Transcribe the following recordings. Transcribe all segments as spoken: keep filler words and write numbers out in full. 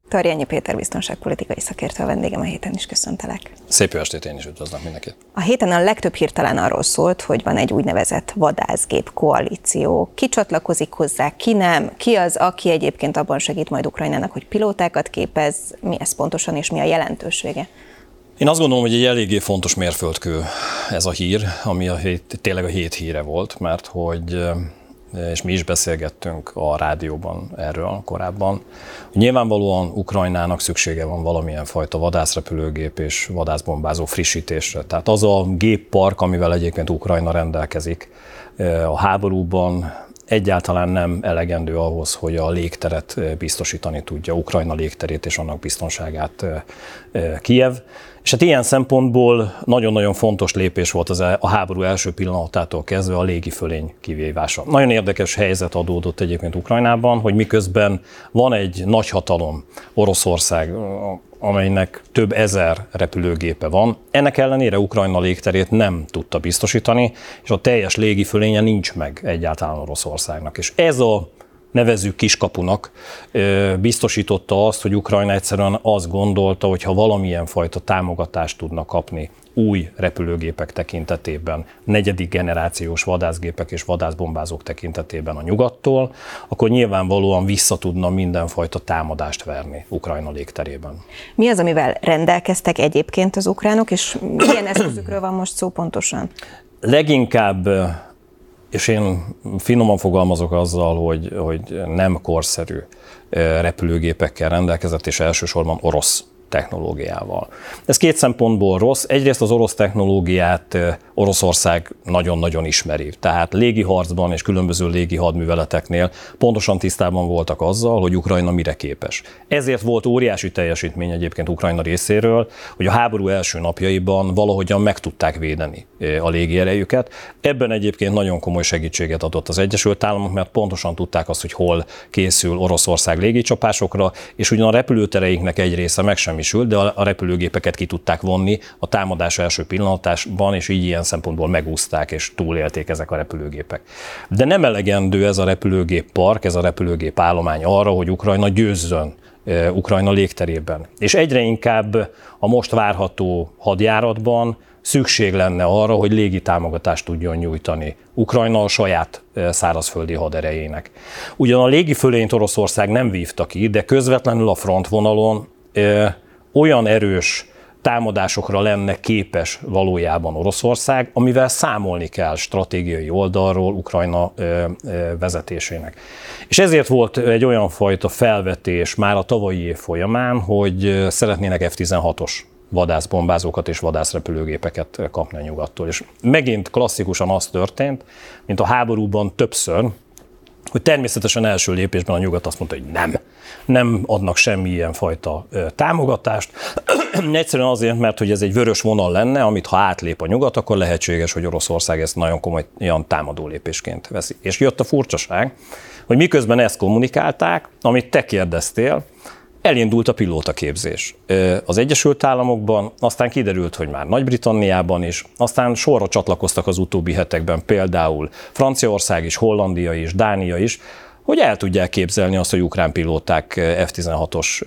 Tarjányi Péter biztonságpolitikai szakértő a vendégem a héten is, köszöntelek. Szép jó estét, én is üdvözlök mindenkit. A héten a legtöbb hír talán arról szólt, hogy van egy úgynevezett vadászgép koalíció. Ki csatlakozik hozzá, ki nem, ki az, aki egyébként abban segít majd Ukrajnának, hogy pilótákat képez, mi ez pontosan és mi a jelentősége? Én azt gondolom, hogy egy eléggé fontos mérföldkő ez a hír, ami a hét, tényleg a hét híre volt, mert hogy, és mi is beszélgettünk a rádióban erről korábban, hogy nyilvánvalóan Ukrajnának szüksége van valamilyen fajta vadászrepülőgép és vadászbombázó frissítésre. Tehát az a géppark, amivel egyébként Ukrajna rendelkezik a háborúban, egyáltalán nem elegendő ahhoz, hogy a légteret biztosítani tudja, Ukrajna légterét és annak biztonságát Kijev. És hát ilyen szempontból nagyon-nagyon fontos lépés volt az a háború első pillanatától kezdve a légifölény kivívása. Nagyon érdekes helyzet adódott egyébként Ukrajnában, hogy miközben van egy nagyhatalom, Oroszország, amelynek több ezer repülőgépe van, ennek ellenére Ukrajna légterét nem tudta biztosítani, és a teljes légifölénye nincs meg egyáltalán Oroszországnak. És ez a nevezzük kiskapunak, biztosította azt, hogy Ukrajna egyszerűen azt gondolta, hogy ha valamilyen fajta támogatást tudnak kapni új repülőgépek tekintetében, negyedik generációs vadászgépek és vadászbombázók tekintetében a nyugattól, akkor nyilvánvalóan vissza tudna mindenfajta támadást verni Ukrajna légterében. Mi az, amivel rendelkeztek egyébként az ukránok, és milyen eszközökről van most szó pontosan? Leginkább, és én finoman fogalmazok azzal, hogy, hogy nem korszerű repülőgépekkel rendelkezett, és elsősorban orosz technológiával. Ez két szempontból rossz. Egyrészt az orosz technológiát Oroszország nagyon-nagyon ismeri. Tehát légiharcban és különböző légi hadműveleteknél pontosan tisztában voltak azzal, hogy Ukrajna mire képes. Ezért volt óriási teljesítmény egyébként Ukrajna részéről, hogy a háború első napjaiban valahogyan meg tudták védeni a légierejüket. Ebben egyébként nagyon komoly segítséget adott az Egyesült Államok, mert pontosan tudták azt, hogy hol készül Oroszország légicsapásokra, és ugyan a repülőtereiknek egy része meg sem de a repülőgépeket ki tudták vonni a támadás első pillanatában, és így ilyen szempontból megúszták és túlélték ezek a repülőgépek. De nem elegendő ez a repülőgép park, ez a repülőgép állomány arra, hogy Ukrajna győzzön Ukrajna légterében. És egyre inkább a most várható hadjáratban szükség lenne arra, hogy légitámogatást tudjon nyújtani Ukrajna a saját szárazföldi haderejének. Ugyan a légifölényt Oroszország nem vívta ki, de közvetlenül a frontvonalon olyan erős támadásokra lenne képes valójában Oroszország, amivel számolni kell stratégiai oldalról Ukrajna vezetésének. És ezért volt egy olyan fajta felvetés már a tavalyi év folyamán, hogy szeretnének ef tizenhatos vadászbombázókat és vadászrepülőgépeket kapni a nyugattól. És megint klasszikusan az történt, mint a háborúban többször, hogy természetesen első lépésben a nyugat azt mondta, hogy nem, nem adnak semmilyen fajta támogatást. Egyszerűen azért, mert hogy ez egy vörös vonal lenne, amit ha átlép a nyugat, akkor lehetséges, hogy Oroszország ezt nagyon komolyan támadó lépésként veszi. És jött a furcsaság, hogy miközben ezt kommunikálták, amit te kérdeztél, elindult a pilótaképzés az Egyesült Államokban, aztán kiderült, hogy már Nagy-Britanniában is, aztán sorra csatlakoztak az utóbbi hetekben például Franciaország is, Hollandia is, Dánia is, hogy el tudják képzelni azt, hogy ukrán pilóták ef tizenhatos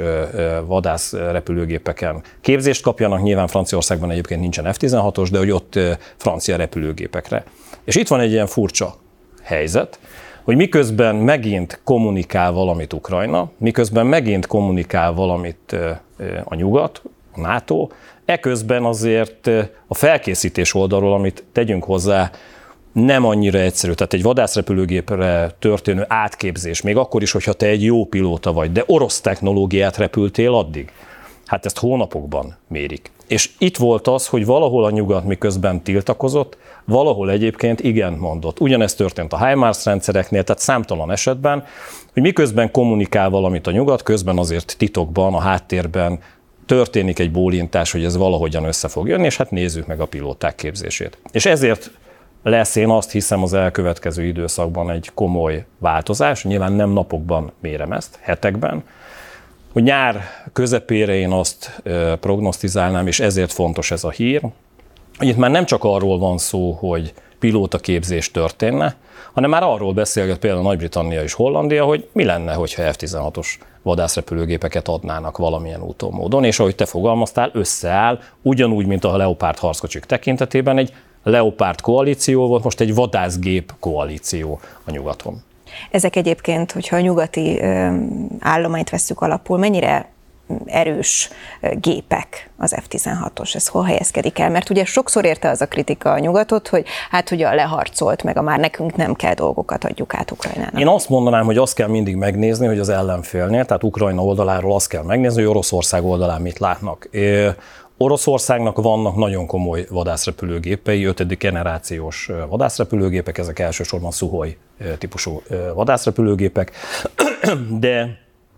vadászrepülőgépeken képzést kapjanak. Nyilván Franciaországban egyébként nincsen ef tizenhatos, de hogy ott francia repülőgépekre. És itt van egy ilyen furcsa helyzet, hogy miközben megint kommunikál valamit Ukrajna, miközben megint kommunikál valamit a nyugat, a NATO, eközben azért a felkészítés oldalról, amit tegyünk hozzá, nem annyira egyszerű. Tehát egy vadászrepülőgépre történő átképzés, még akkor is, hogyha te egy jó pilóta vagy, de orosz technológiát repültél addig, hát ezt hónapokban mérik. És itt volt az, hogy valahol a nyugat miközben tiltakozott, valahol egyébként igen mondott. Ugyanezt történt a HIMARS rendszereknél, tehát számtalan esetben, hogy miközben kommunikál valamit a nyugat, közben azért titokban, a háttérben történik egy bólintás, hogy ez valahogyan össze fog jönni, és hát nézzük meg a pilóták képzését. És ezért lesz, én azt hiszem, az elkövetkező időszakban egy komoly változás, nyilván nem napokban mérem ezt, hetekben, hogy nyár közepére én azt prognosztizálnám, és ezért fontos ez a hír, hogy itt már nem csak arról van szó, hogy pilótaképzés történne, hanem már arról beszélget például Nagy-Britannia és Hollandia, hogy mi lenne, hogyha ef tizenhatos vadászrepülőgépeket adnának valamilyen úton, módon, és ahogy te fogalmaztál, összeáll, ugyanúgy, mint a Leopard harckocsik tekintetében egy Leopard koalíció volt, most egy vadászgép koalíció a nyugaton. Ezek egyébként, hogyha a nyugati állományt vesszük alapul, mennyire erős gépek az ef tizenhatos, ez hol helyezkedik el? Mert ugye sokszor érte az a kritika a nyugatot, hogy hát ugye a leharcolt, meg a már nekünk nem kell dolgokat adjuk át Ukrajnának. Én azt mondanám, hogy azt kell mindig megnézni, hogy az ellenfélnél, tehát Ukrajna oldaláról azt kell megnézni, hogy Oroszország oldalán mit látnak. Oroszországnak vannak nagyon komoly vadászrepülőgépei, ötödik generációs vadászrepülőgépek, ezek elsősorban Szuhoj típusú vadászrepülőgépek, de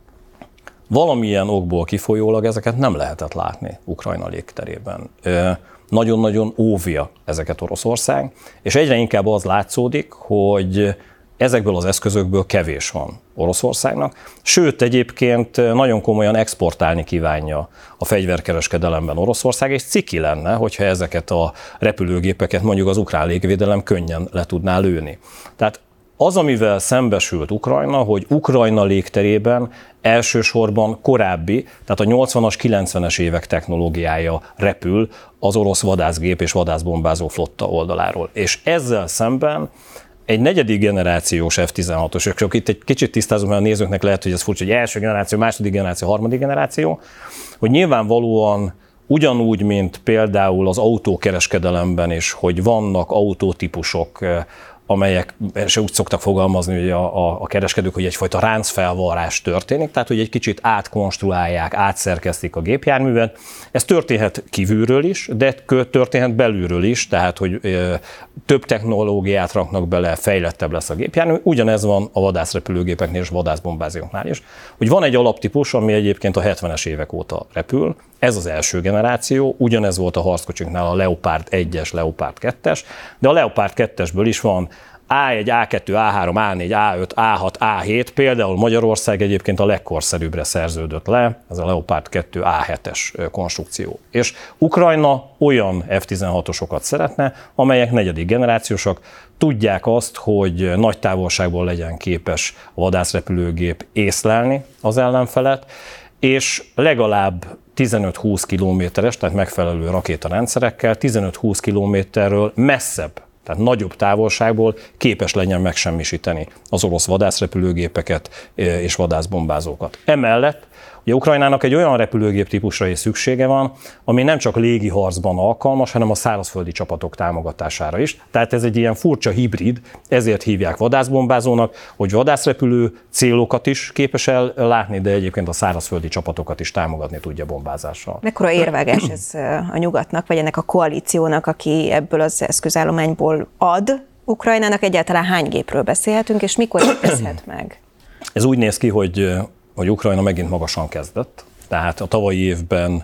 valamilyen okból kifolyólag ezeket nem lehetett látni Ukrajna légterében. Nagyon-nagyon óvja ezeket Oroszország, és egyre inkább az látszódik, hogy ezekből az eszközökből kevés van Oroszországnak, sőt egyébként nagyon komolyan exportálni kívánja a fegyverkereskedelemben Oroszország, és ciki lenne, hogyha ezeket a repülőgépeket mondjuk az ukrán légvédelem könnyen le tudná lőni. Tehát az, amivel szembesült Ukrajna, hogy Ukrajna légterében elsősorban korábbi, tehát a nyolcvanas, kilencvenes évek technológiája repül az orosz vadászgép és vadászbombázó flotta oldaláról. És ezzel szemben egy negyedik generációs ef tizenhatos, és csak itt egy kicsit tisztázom, mert a nézőknek lehet, hogy ez furcsa, hogy első generáció, második generáció, harmadik generáció, hogy nyilvánvalóan ugyanúgy, mint például az autókereskedelemben is, hogy vannak autótípusok, amelyek, és úgy szoktak fogalmazni hogy a, a, a kereskedők, hogy egyfajta ráncfelvarrás történik, tehát hogy egy kicsit átkonstruálják, átszerkesztik a gépjárművet. Ez történhet kívülről is, de történhet belülről is, tehát hogy ö, több technológiát raknak bele, fejlettebb lesz a gépjármű. Ugyanez van a vadászrepülőgépeknél és vadászbombázóknál is. Hogy van egy alaptípus, ami egyébként a hetvenes évek óta repül, ez az első generáció, ugyanez volt a harckocsiknál a Leopard egyes, Leopard kettes, de a Leopard kettesből is van á egy, á kettő, á három, á négy, á öt, á hat, á hét, például Magyarország egyébként a legkorszerűbbre szerződött le, ez a Leopard kettő á hetes konstrukció. És Ukrajna olyan ef tizenhatosokat szeretne, amelyek negyedik generációsak, tudják azt, hogy nagy távolságból legyen képes a vadászrepülőgép észlelni az ellenfelet, és legalább tizenöt-húsz kilométeres, tehát megfelelő rakétarendszerekkel tizenöt-húsz kilométerről messzebb, tehát nagyobb távolságból képes legyen megsemmisíteni az orosz vadászrepülőgépeket és vadászbombázókat. Emellett ugye Ukrajnának egy olyan repülőgép típusra is szüksége van, ami nem csak légi harcban alkalmas, hanem a szárazföldi csapatok támogatására is. Tehát ez egy ilyen furcsa hibrid, ezért hívják vadászbombázónak, hogy vadászrepülő célokat is képes ellátni, de egyébként a szárazföldi csapatokat is támogatni tudja bombázással. Mekkora érvágás ez a nyugatnak, vagy ennek a koalíciónak, aki ebből az eszközállományból ad Ukrajnának? Egyáltalán hány gépről beszélhetünk, és mikor érkezhet meg? Ez úgy néz ki, hogy hogy Ukrajna megint magasan kezdett, tehát a tavalyi évben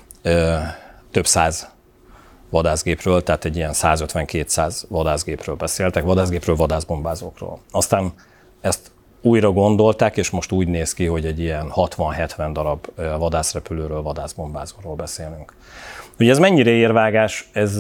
ö, több száz vadászgépről, tehát egy ilyen százötven-kétszáz vadászgépről beszéltek, vadászgépről, vadászbombázókról. Aztán ezt újra gondolták, és most úgy néz ki, hogy egy ilyen hatvan-hetven darab vadászrepülőről, vadászbombázóról beszélünk. Ugye ez mennyire érvágás, ez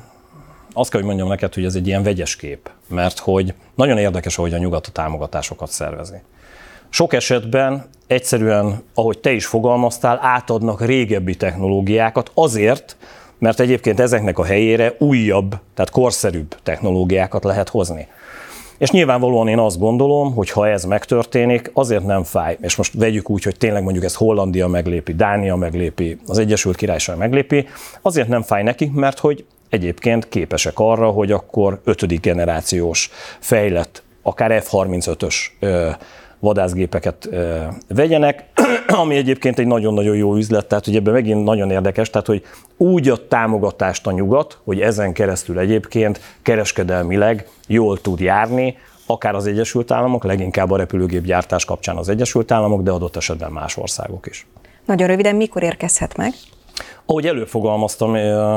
azt kell, hogy mondjam neked, hogy ez egy ilyen vegyes kép, mert hogy nagyon érdekes, ahogy a nyugat a támogatásokat szervezi. Sok esetben egyszerűen, ahogy te is fogalmaztál, átadnak régebbi technológiákat azért, mert egyébként ezeknek a helyére újabb, tehát korszerűbb technológiákat lehet hozni. És nyilvánvalóan én azt gondolom, hogy ha ez megtörténik, azért nem fáj. És most vegyük úgy, hogy tényleg mondjuk ezt Hollandia meglépi, Dánia meglépi, az Egyesült Királyság meglépi, azért nem fáj nekik, mert hogy egyébként képesek arra, hogy akkor ötödik generációs fejlett, akár ef harmincötös vadászgépeket ö, vegyenek, ami egyébként egy nagyon-nagyon jó üzlet, tehát hogy ebben megint nagyon érdekes, tehát hogy úgy ad támogatást a nyugat, hogy ezen keresztül egyébként kereskedelmileg jól tud járni, akár az Egyesült Államok, leginkább a repülőgépgyártás kapcsán az Egyesült Államok, de adott esetben más országok is. Nagyon röviden, mikor érkezhet meg? Ahogy előfogalmaztam,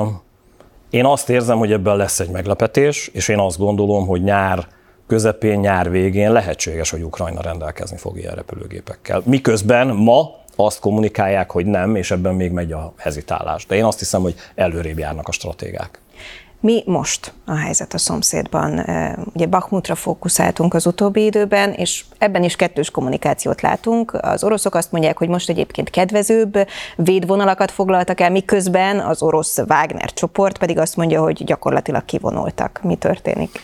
én azt érzem, hogy ebben lesz egy meglepetés, és én azt gondolom, hogy nyár közepén, nyár végén lehetséges, hogy Ukrajna rendelkezni fog ilyen repülőgépekkel. Miközben ma azt kommunikálják, hogy nem, és ebben még megy a hezitálás. De én azt hiszem, hogy előrébb járnak a stratégák. Mi most a helyzet a szomszédban? Ugye Bakhmutra fókuszáltunk az utóbbi időben, és ebben is kettős kommunikációt látunk. Az oroszok azt mondják, hogy most egyébként kedvezőbb védvonalakat foglaltak el, miközben az orosz Wagner csoport pedig azt mondja, hogy gyakorlatilag kivonultak. Mi történik?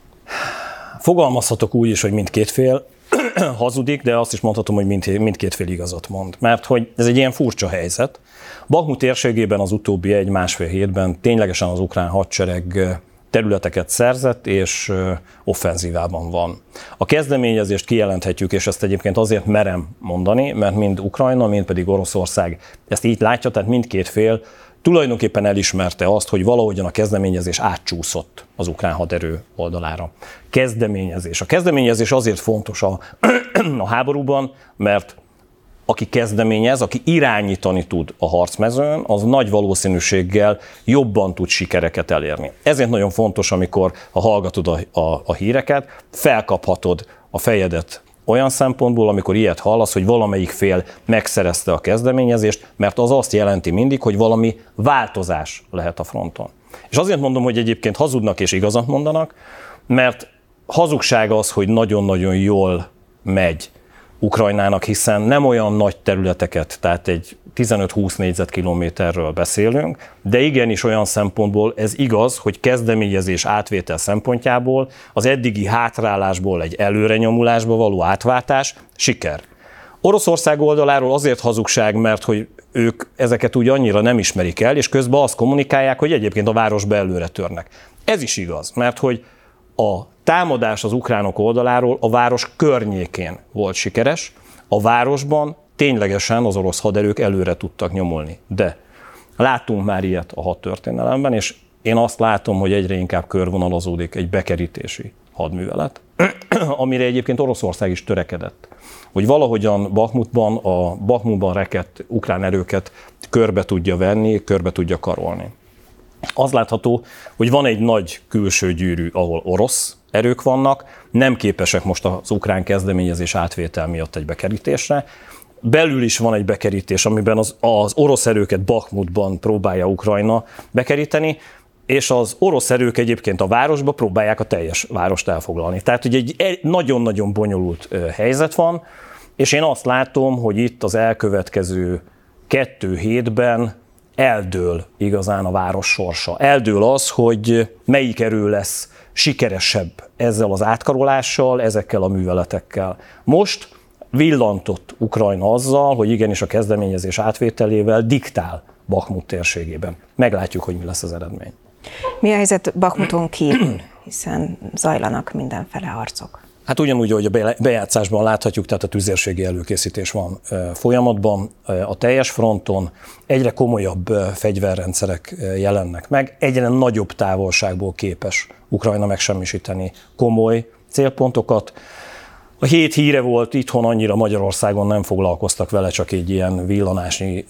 Fogalmazhatok úgy is, hogy mindkét fél hazudik, de azt is mondhatom, hogy mind, mindkét fél igazat mond. Mert hogy ez egy ilyen furcsa helyzet. Bakhmut térségében az utóbbi egy-másfél hétben ténylegesen az ukrán hadsereg területeket szerzett, és offenzívában van. A kezdeményezést kijelenthetjük, és ezt egyébként azért merem mondani, mert mind Ukrajna, mind pedig Oroszország ezt így látja, tehát mindkét fél tulajdonképpen elismerte azt, hogy valahogyan a kezdeményezés átcsúszott az ukrán haderő oldalára. Kezdeményezés. A kezdeményezés azért fontos a, a háborúban, mert aki kezdeményez, aki irányítani tud a harcmezőn, az nagy valószínűséggel jobban tud sikereket elérni. Ezért nagyon fontos, amikor, ha hallgatod a, a, a híreket, felkaphatod a fejedet olyan szempontból, amikor ilyet hallasz, hogy valamelyik fél megszerezte a kezdeményezést, mert az azt jelenti mindig, hogy valami változás lehet a fronton. És azért mondom, hogy egyébként hazudnak és igazat mondanak, mert hazugság az, hogy nagyon-nagyon jól megy Ukrajnának, hiszen nem olyan nagy területeket, tehát egy tizenöt-húsz négyzetkilométerről beszélünk, de igenis olyan szempontból ez igaz, hogy kezdeményezés átvétel szempontjából az eddigi hátrálásból egy előrenyomulásba való átváltás siker. Oroszország oldaláról azért hazugság, mert hogy ők ezeket úgy annyira nem ismerik el, és közben azt kommunikálják, hogy egyébként a városba előre törnek. Ez is igaz, mert hogy a támadás az ukránok oldaláról a város környékén volt sikeres, a városban ténylegesen az orosz haderők előre tudtak nyomulni. De láttunk már ilyet a hadtörténelemben, és én azt látom, hogy egyre inkább körvonalazódik egy bekerítési hadművelet, amire egyébként Oroszország is törekedett. Hogy valahogyan Bakhmutban, a Bakhmutban rekedt ukrán erőket körbe tudja venni, körbe tudja karolni. Az látható, hogy van egy nagy külső gyűrű, ahol orosz erők vannak, nem képesek most az ukrán kezdeményezés átvétel miatt egy bekerítésre. Belül is van egy bekerítés, amiben az, az orosz erőket Bakhmutban próbálja Ukrajna bekeríteni, és az orosz erők egyébként a városba próbálják a teljes várost elfoglalni. Tehát ugye egy nagyon-nagyon bonyolult helyzet van, és én azt látom, hogy itt az elkövetkező kettő hétben eldől igazán a város sorsa. Eldől az, hogy melyik erő lesz sikeresebb ezzel az átkarolással, ezekkel a műveletekkel. Most villantott Ukrajna azzal, hogy igenis a kezdeményezés átvételével diktál Bakhmut térségében. Meglátjuk, hogy mi lesz az eredmény. Mi a helyzet Bakhmuton kívül, hiszen zajlanak mindenfele harcok? Hát ugyanúgy, ahogy a bejátszásban láthatjuk, tehát a tüzérségi előkészítés van folyamatban, a teljes fronton egyre komolyabb fegyverrendszerek jelennek meg, egyre nagyobb távolságból képes Ukrajna megsemmisíteni komoly célpontokat. A hét híre volt itthon, annyira Magyarországon nem foglalkoztak vele, csak egy ilyen villanásnyi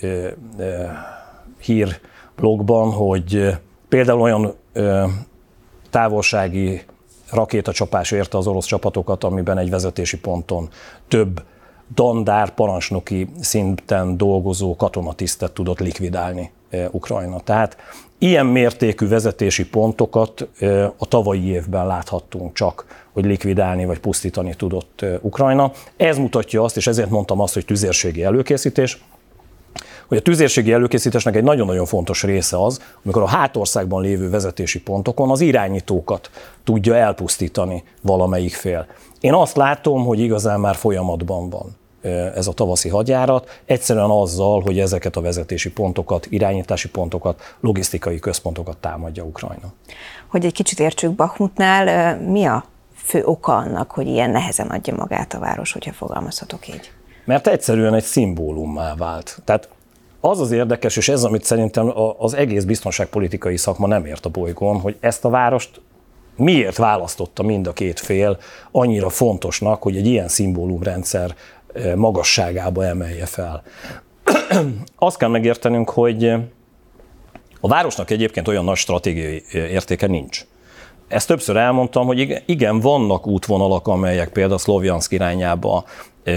hírblogban, hogy például olyan távolsági rakétacsapás érte az orosz csapatokat, amiben egy vezetési ponton több dandár, parancsnoki szinten dolgozó katonatisztet tudott likvidálni Ukrajna. Tehát ilyen mértékű vezetési pontokat a tavalyi évben láthattunk csak, hogy likvidálni vagy pusztítani tudott Ukrajna. Ez mutatja azt, és ezért mondtam azt, hogy tüzérségi előkészítés, hogy a tüzérségi előkészítésnek egy nagyon-nagyon fontos része az, amikor a hátországban lévő vezetési pontokon az irányítókat tudja elpusztítani valamelyik fél. Én azt látom, hogy igazán már folyamatban van ez a tavaszi hadjárat, egyszerűen azzal, hogy ezeket a vezetési pontokat, irányítási pontokat, logisztikai központokat támadja Ukrajna. Hogy egy kicsit értsük Bakhmutnál, mi a fő oka annak, hogy ilyen nehezen adja magát a város, hogyha fogalmazhatok így? Mert egyszerűen egy szimbólummá vált. Tehát az az érdekes, és ez, amit szerintem az egész biztonságpolitikai szakma nem ért a bolygón, hogy ezt a várost miért választotta mind a két fél annyira fontosnak, hogy egy ilyen szimbólumrendszer magasságába emelje fel. Azt kell megértenünk, hogy a városnak egyébként olyan nagy stratégiai értéke nincs. Ezt többször elmondtam, hogy igen, vannak útvonalak, amelyek például Szlovjanszk irányába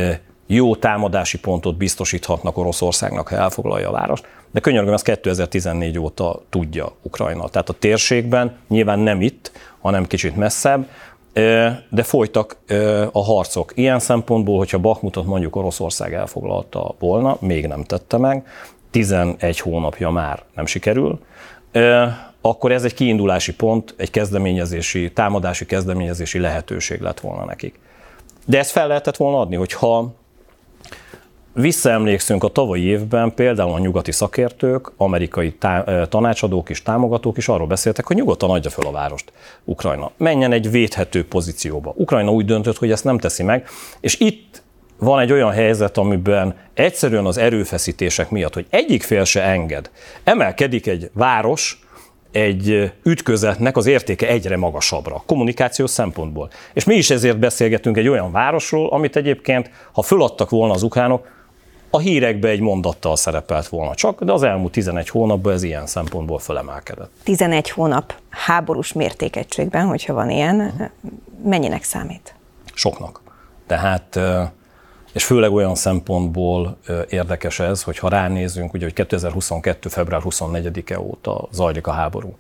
jó támadási pontot biztosíthatnak Oroszországnak, ha elfoglalja a várost, de könyörgöm, ezt kétezer-tizennégy óta tudja Ukrajna. Tehát a térségben, nyilván nem itt, hanem kicsit messzebb, de folytak a harcok. Ilyen szempontból, hogyha Bakhmutot mondjuk Oroszország elfoglalta volna, még nem tette meg, tizenegy hónapja már nem sikerül, akkor ez egy kiindulási pont, egy kezdeményezési, támadási kezdeményezési lehetőség lett volna nekik. De ezt fel lehetett volna adni, hogyha visszaemlékszünk a tavalyi évben, például a nyugati szakértők, amerikai tá- tanácsadók és támogatók is arról beszéltek, hogy nyugodtan adja föl a várost Ukrajna. Menjen egy védhető pozícióba. Ukrajna úgy döntött, hogy ezt nem teszi meg, és itt van egy olyan helyzet, amiben egyszerűen az erőfeszítések miatt, hogy egyik fél se enged, emelkedik egy város, egy ütközetnek az értéke egyre magasabbra, kommunikációs szempontból. És mi is ezért beszélgetünk egy olyan városról, amit egyébként, ha föladtak volna az ukránok, a hírekbe egy mondattal szerepelt volna csak, de az elmúlt tizenegy hónapban ez ilyen szempontból fölemelkedett. tizenegy hónap háborús mértékegységben, hogyha van ilyen, mennyinek számít? Soknak. Tehát, és főleg olyan szempontból érdekes ez, hogy ha ránézünk, ugye, hogy kétezer-huszonkettő. február huszonnegyedike óta zajlik a háború.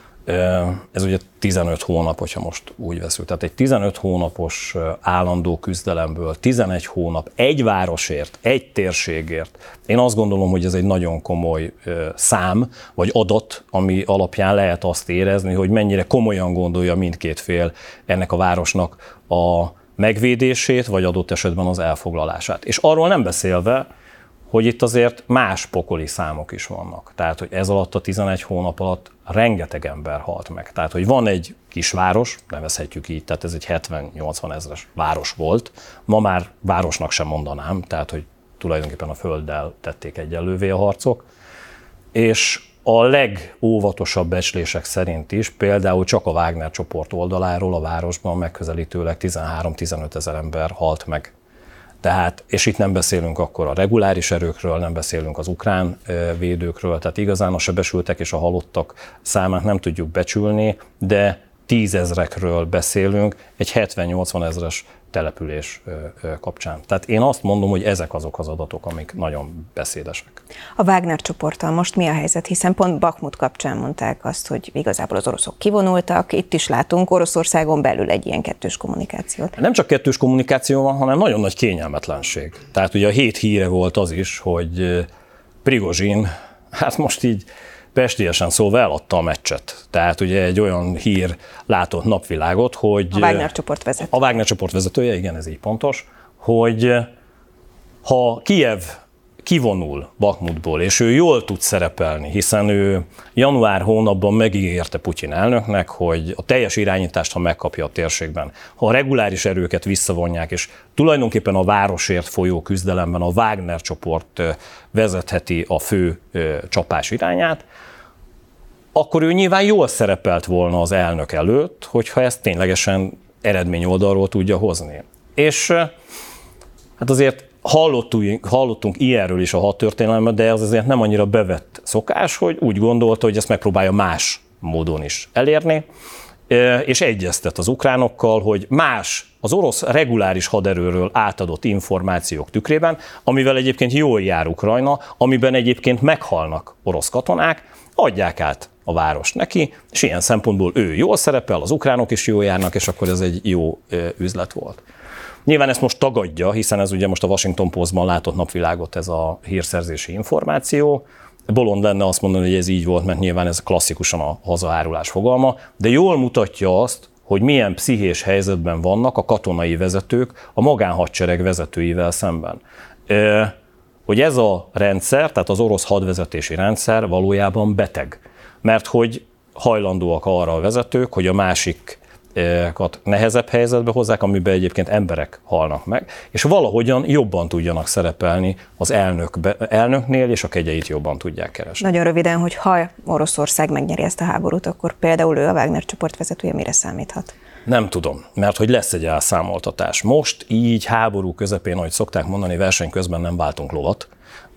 Ez ugye tizenöt hónap, hogyha most úgy veszünk. Tehát egy tizenöt hónapos állandó küzdelemből tizenegy hónap egy városért, egy térségért. Én azt gondolom, hogy ez egy nagyon komoly szám, vagy adat, ami alapján lehet azt érezni, hogy mennyire komolyan gondolja mindkét fél ennek a városnak a megvédését, vagy adott esetben az elfoglalását. És arról nem beszélve, hogy itt azért más pokoli számok is vannak. Tehát, hogy ez alatt a tizenegy hónap alatt rengeteg ember halt meg. Tehát, hogy van egy kisváros, nevezhetjük így, tehát ez egy hetven-nyolcvan ezres város volt, ma már városnak sem mondanám, tehát, hogy tulajdonképpen a földdel tették egyenlővé a harcok, és a legóvatosabb becslések szerint is, például csak a Wagner csoport oldaláról a városban megközelítőleg tizenhárom-tizenöt ezer ember halt meg. Tehát, és itt nem beszélünk akkor a reguláris erőkről, nem beszélünk az ukrán védőkről, tehát igazán a sebesültek és a halottak számát nem tudjuk becsülni, de tízezrekről beszélünk egy hetven-nyolcvan ezres település kapcsán. Tehát én azt mondom, hogy ezek azok az adatok, amik nagyon beszédesek. A Wagner csoporttal most mi a helyzet? Hiszen pont Bakhmut kapcsán mondták azt, hogy igazából az oroszok kivonultak, itt is látunk Oroszországon belül egy ilyen kettős kommunikációt. Nem csak kettős kommunikáció van, hanem nagyon nagy kényelmetlenség. Tehát ugye a hét híre volt az is, hogy Prigozsin, hát most így pestiesen szólva eladta a meccset. Tehát ugye egy olyan hír látott napvilágot, hogy... A Wagner csoport vezetője. A Wagner csoport vezetője, igen, ez így pontos, hogy ha Kijev kivonul Bakhmutból, és ő jól tud szerepelni, hiszen ő január hónapban megígérte Putyin elnöknek, hogy a teljes irányítást, ha megkapja a térségben, ha a reguláris erőket visszavonják, és tulajdonképpen a városért folyó küzdelemben a Wagner csoport vezetheti a fő csapás irányát, akkor ő nyilván jól szerepelt volna az elnök előtt, hogyha ezt ténylegesen eredmény oldalról tudja hozni. És hát azért hallottunk, hallottunk ilyenről is a hadtörténelemben, de ez azért nem annyira bevett szokás, hogy úgy gondolta, hogy ezt megpróbálja más módon is elérni, és egyeztet az ukránokkal, hogy más az orosz reguláris haderőről átadott információk tükrében, amivel egyébként jól jár Ukrajna, amiben egyébként meghalnak orosz katonák, adják át a várost neki, és ilyen szempontból ő jól szerepel, az ukránok is jól járnak, és akkor ez egy jó üzlet volt. Nyilván ezt most tagadja, hiszen ez ugye most a Washington Postban látott napvilágot ez a hírszerzési információ. Bolond lenne azt mondani, hogy ez így volt, mert nyilván ez klasszikusan a hazaárulás fogalma, de jól mutatja azt, hogy milyen pszichés helyzetben vannak a katonai vezetők a magánhadsereg vezetőivel szemben. Hogy ez a rendszer, tehát az orosz hadvezetési rendszer valójában beteg, mert hogy hajlandóak arra a vezetők, hogy a másik nehezebb helyzetbe hozzák, amiben egyébként emberek halnak meg, és valahogyan jobban tudjanak szerepelni az elnökbe, elnöknél, és a kegyeit jobban tudják keresni. Nagyon röviden, hogy ha Oroszország megnyeri ezt a háborút, akkor például ő a Wagner csoport vezetője mire számíthat? Nem tudom, mert hogy lesz egy elszámoltatás. Most így háború közepén, ahogy szokták mondani, verseny közben nem váltunk lovat.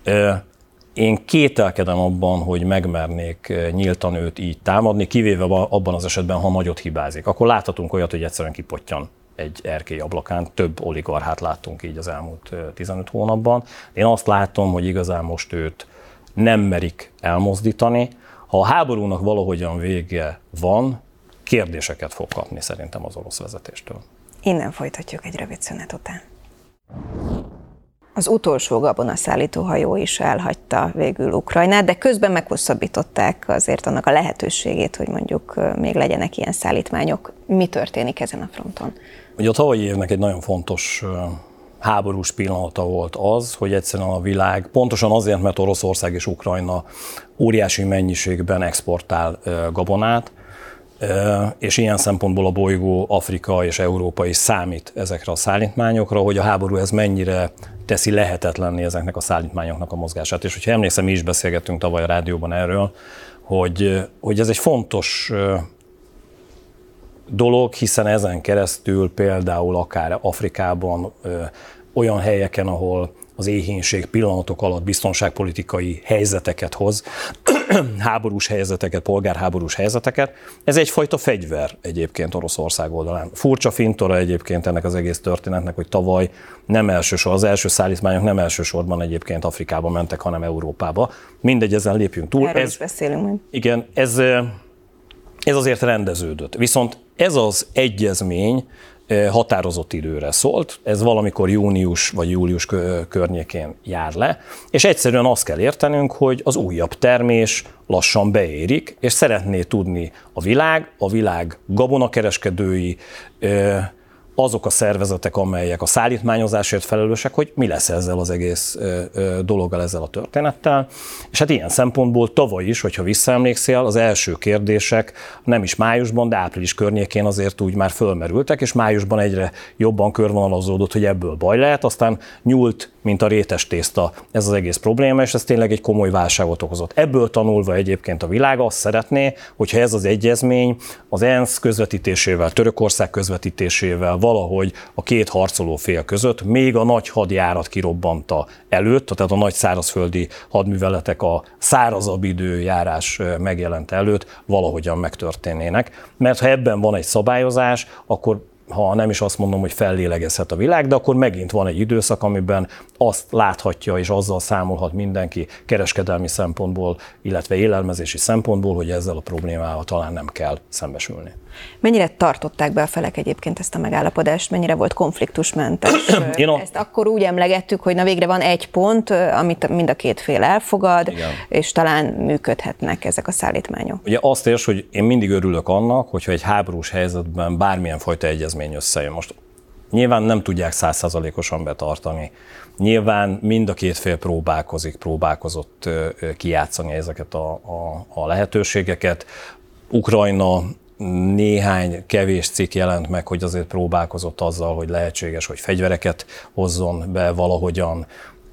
Én kételkedem abban, hogy megmernék nyíltan őt így támadni, kivéve abban az esetben, ha nagyot hibázik. Akkor láthatunk olyat, hogy egyszerűen kipottyan egy erkély ablakán, több oligarchát láttunk így az elmúlt tizenöt hónapban. Én azt látom, hogy igazán most őt nem merik elmozdítani. Ha a háborúnak valahogyan vége van, kérdéseket fog kapni szerintem az orosz vezetéstől. Innen folytatjuk egy rövid szünet után. Az utolsó gabonaszállító hajó is elhagyta végül Ukrajnát, de közben meghosszabbították azért annak a lehetőségét, hogy mondjuk még legyenek ilyen szállítmányok. Mi történik ezen a fronton? Ugye a tavalyi évnek egy nagyon fontos háborús pillanata volt az, hogy egyszerűen a világ, pontosan azért, mert Oroszország és Ukrajna óriási mennyiségben exportál gabonát, és ilyen szempontból a bolygó Afrika és Európa is számít ezekre a szállítmányokra, hogy a háború ez mennyire teszi lehetetlenné ezeknek a szállítmányoknak a mozgását. És hogyha emlékszem, mi is beszélgettünk tavaly a rádióban erről, hogy, hogy ez egy fontos dolog, hiszen ezen keresztül például akár Afrikában olyan helyeken, ahol az éhínség pillanatok alatt biztonságpolitikai helyzeteket hoz, háborús helyzeteket, polgárháborús helyzeteket. Ez egyfajta fegyver egyébként Oroszország oldalán. Furcsa fintora egyébként ennek az egész történetnek, hogy tavaly nem elsősorban, az első szállítmányok nem elsősorban egyébként Afrikába mentek, hanem Európába. Mindegy, ezen lépjünk túl. Erről ez, is beszélünk majd. Igen, ez, ez azért rendeződött. Viszont ez az egyezmény határozott időre szólt, ez valamikor június vagy július környékén jár le, és egyszerűen azt kell értenünk, hogy az újabb termés lassan beérik, és szeretné tudni a világ, a világ gabonakereskedői, azok a szervezetek, amelyek a szállítmányozásért felelősek, hogy mi lesz ezzel az egész dologgal, ezzel a történettel. És hát ilyen szempontból tavaly is, hogyha visszaemlékszel, az első kérdések nem is májusban, de április környékén azért úgy már fölmerültek, és májusban egyre jobban körvonalazódott, hogy ebből baj lehet, aztán nyúlt, mint a rétes tészta ez az egész probléma, és ez tényleg egy komoly válságot okozott. Ebből tanulva egyébként a világ azt szeretné, hogyha ez az egyezmény az ENSZ közvetítésével, Törökország közvetítésével, valahogy a két harcoló fél között, még a nagy hadjárat kirobbanta előtt, tehát a nagy szárazföldi hadműveletek a szárazabb időjárás megjelent előtt valahogyan megtörténnének. Mert ha ebben van egy szabályozás, akkor ha nem is azt mondom, hogy fellélegezhet a világ, de akkor megint van egy időszak, amiben azt láthatja és azzal számolhat mindenki kereskedelmi szempontból, illetve élelmezési szempontból, hogy ezzel a problémával talán nem kell szembesülni. Mennyire tartották be a felek egyébként ezt a megállapodást, mennyire volt konfliktusmentes? A... Ezt akkor úgy emlegettük, hogy na végre van egy pont, amit mind a két fél elfogad, igen, és talán működhetnek ezek a szállítmányok. Ugye azt érts, hogy én mindig örülök annak, hogyha egy háborús helyzetben bármilyen fajta egyezmény összejön. Most nyilván nem tudják száz százalékosan betartani. Nyilván mind a két fél próbálkozik, próbálkozott kijátszani ezeket a, a, a lehetőségeket. Ukrajna néhány kevés cikk jelent meg, hogy azért próbálkozott azzal, hogy lehetséges, hogy fegyvereket hozzon be valahogyan.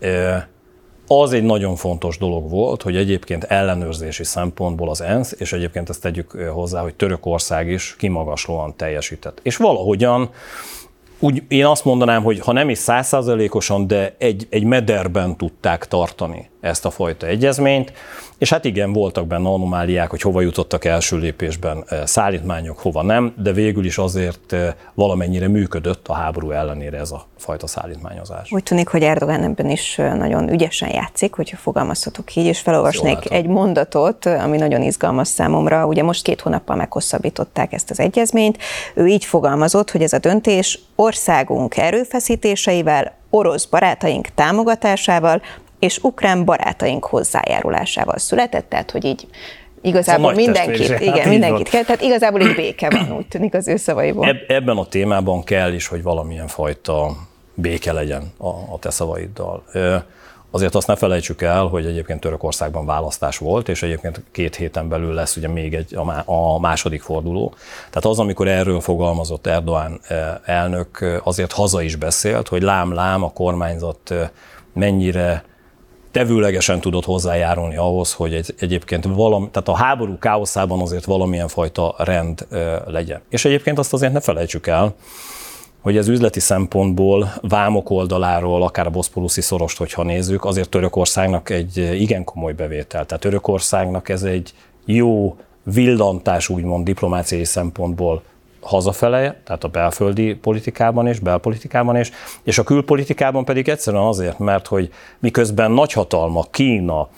Az egy nagyon fontos dolog volt, hogy egyébként ellenőrzési szempontból az ENSZ, és egyébként ezt tegyük hozzá, hogy Törökország is kimagaslóan teljesített. És valahogyan úgy én azt mondanám, hogy ha nem is száz százalékosan, de egy, egy mederben tudták tartani ezt a fajta egyezményt, és hát igen, voltak benne anomáliák, hogy hova jutottak első lépésben szállítmányok, hova nem, de végül is azért valamennyire működött a háború ellenére ez a fajta szállítmányozás. Úgy tűnik, hogy Erdogan ebben is nagyon ügyesen játszik, hogyha fogalmazhatok így, és felolvasnék egy mondatot, ami nagyon izgalmas számomra. Ugye most két hónappal meghosszabbították ezt az egyezményt. Ő így fogalmazott, hogy ez a döntés országunk erőfeszítéseivel, orosz barátaink támogatásával és ukrán barátaink hozzájárulásával született, tehát hogy így igazából mindenkit, igen, hát mindenkit kell, tehát igazából így béke van, úgy tűnik az ő szavaiból. Eb- ebben a témában kell is, hogy valamilyen fajta béke legyen a, a te szavaiddal. Azért azt ne felejtsük el, hogy egyébként Törökországban választás volt, és egyébként két héten belül lesz ugye még egy, a második forduló. Tehát az, amikor erről fogalmazott Erdogan elnök, azért haza is beszélt, hogy lám-lám a kormányzat mennyire tevőlegesen tudott hozzájárulni ahhoz, hogy egy, egyébként valami, tehát a háború káoszában azért valamilyen fajta rend legyen. És egyébként azt azért ne felejtsük el, hogy ez üzleti szempontból, vámok oldaláról, akár a boszporuszi szorost, hogyha nézzük, azért Törökországnak egy igen komoly bevétel. Tehát Törökországnak ez egy jó villantás, úgymond diplomáciai szempontból hazafele, tehát a belföldi politikában és belpolitikában is, és a külpolitikában pedig egyszerűen azért, mert hogy miközben nagyhatalmak, Kína,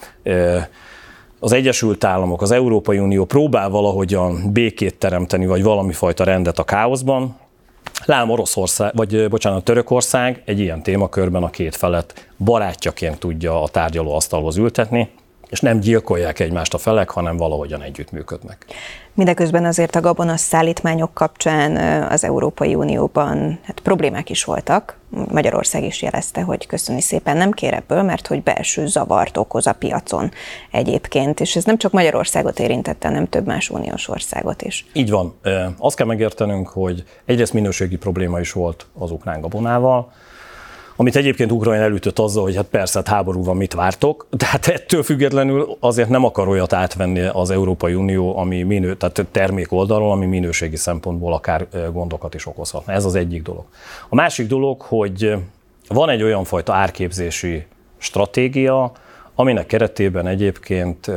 az Egyesült Államok, az Európai Unió próbál valahogyan békét teremteni, vagy valami fajta rendet a káoszban, lám Oroszország, vagy bocsánat, Törökország egy ilyen témakörben a két felet barátjaként tudja a tárgyalóasztalhoz ültetni, és nem gyilkolják egymást a felek, hanem valahogyan együttműködnek. Mindeközben azért a gabona szállítmányok kapcsán az Európai Unióban hát problémák is voltak. Magyarország is jelezte, hogy köszönni szépen nem kér ebből, mert hogy belső zavart okoz a piacon egyébként, és ez nem csak Magyarországot érintette, hanem több más uniós országot is. Így van. Azt kell megértenünk, hogy egyrészt minőségi probléma is volt az ukrán gabonával, amit egyébként Ukrajna elütött azzal, hogy hát persze, hát háború van, mit vártok, tehát ettől függetlenül azért nem akar olyat átvenni az Európai Unió, ami minő, tehát termék oldalról, ami minőségi szempontból akár gondokat is okozhatna. Ez az egyik dolog. A másik dolog, hogy van egy olyan fajta árképzési stratégia, aminek keretében egyébként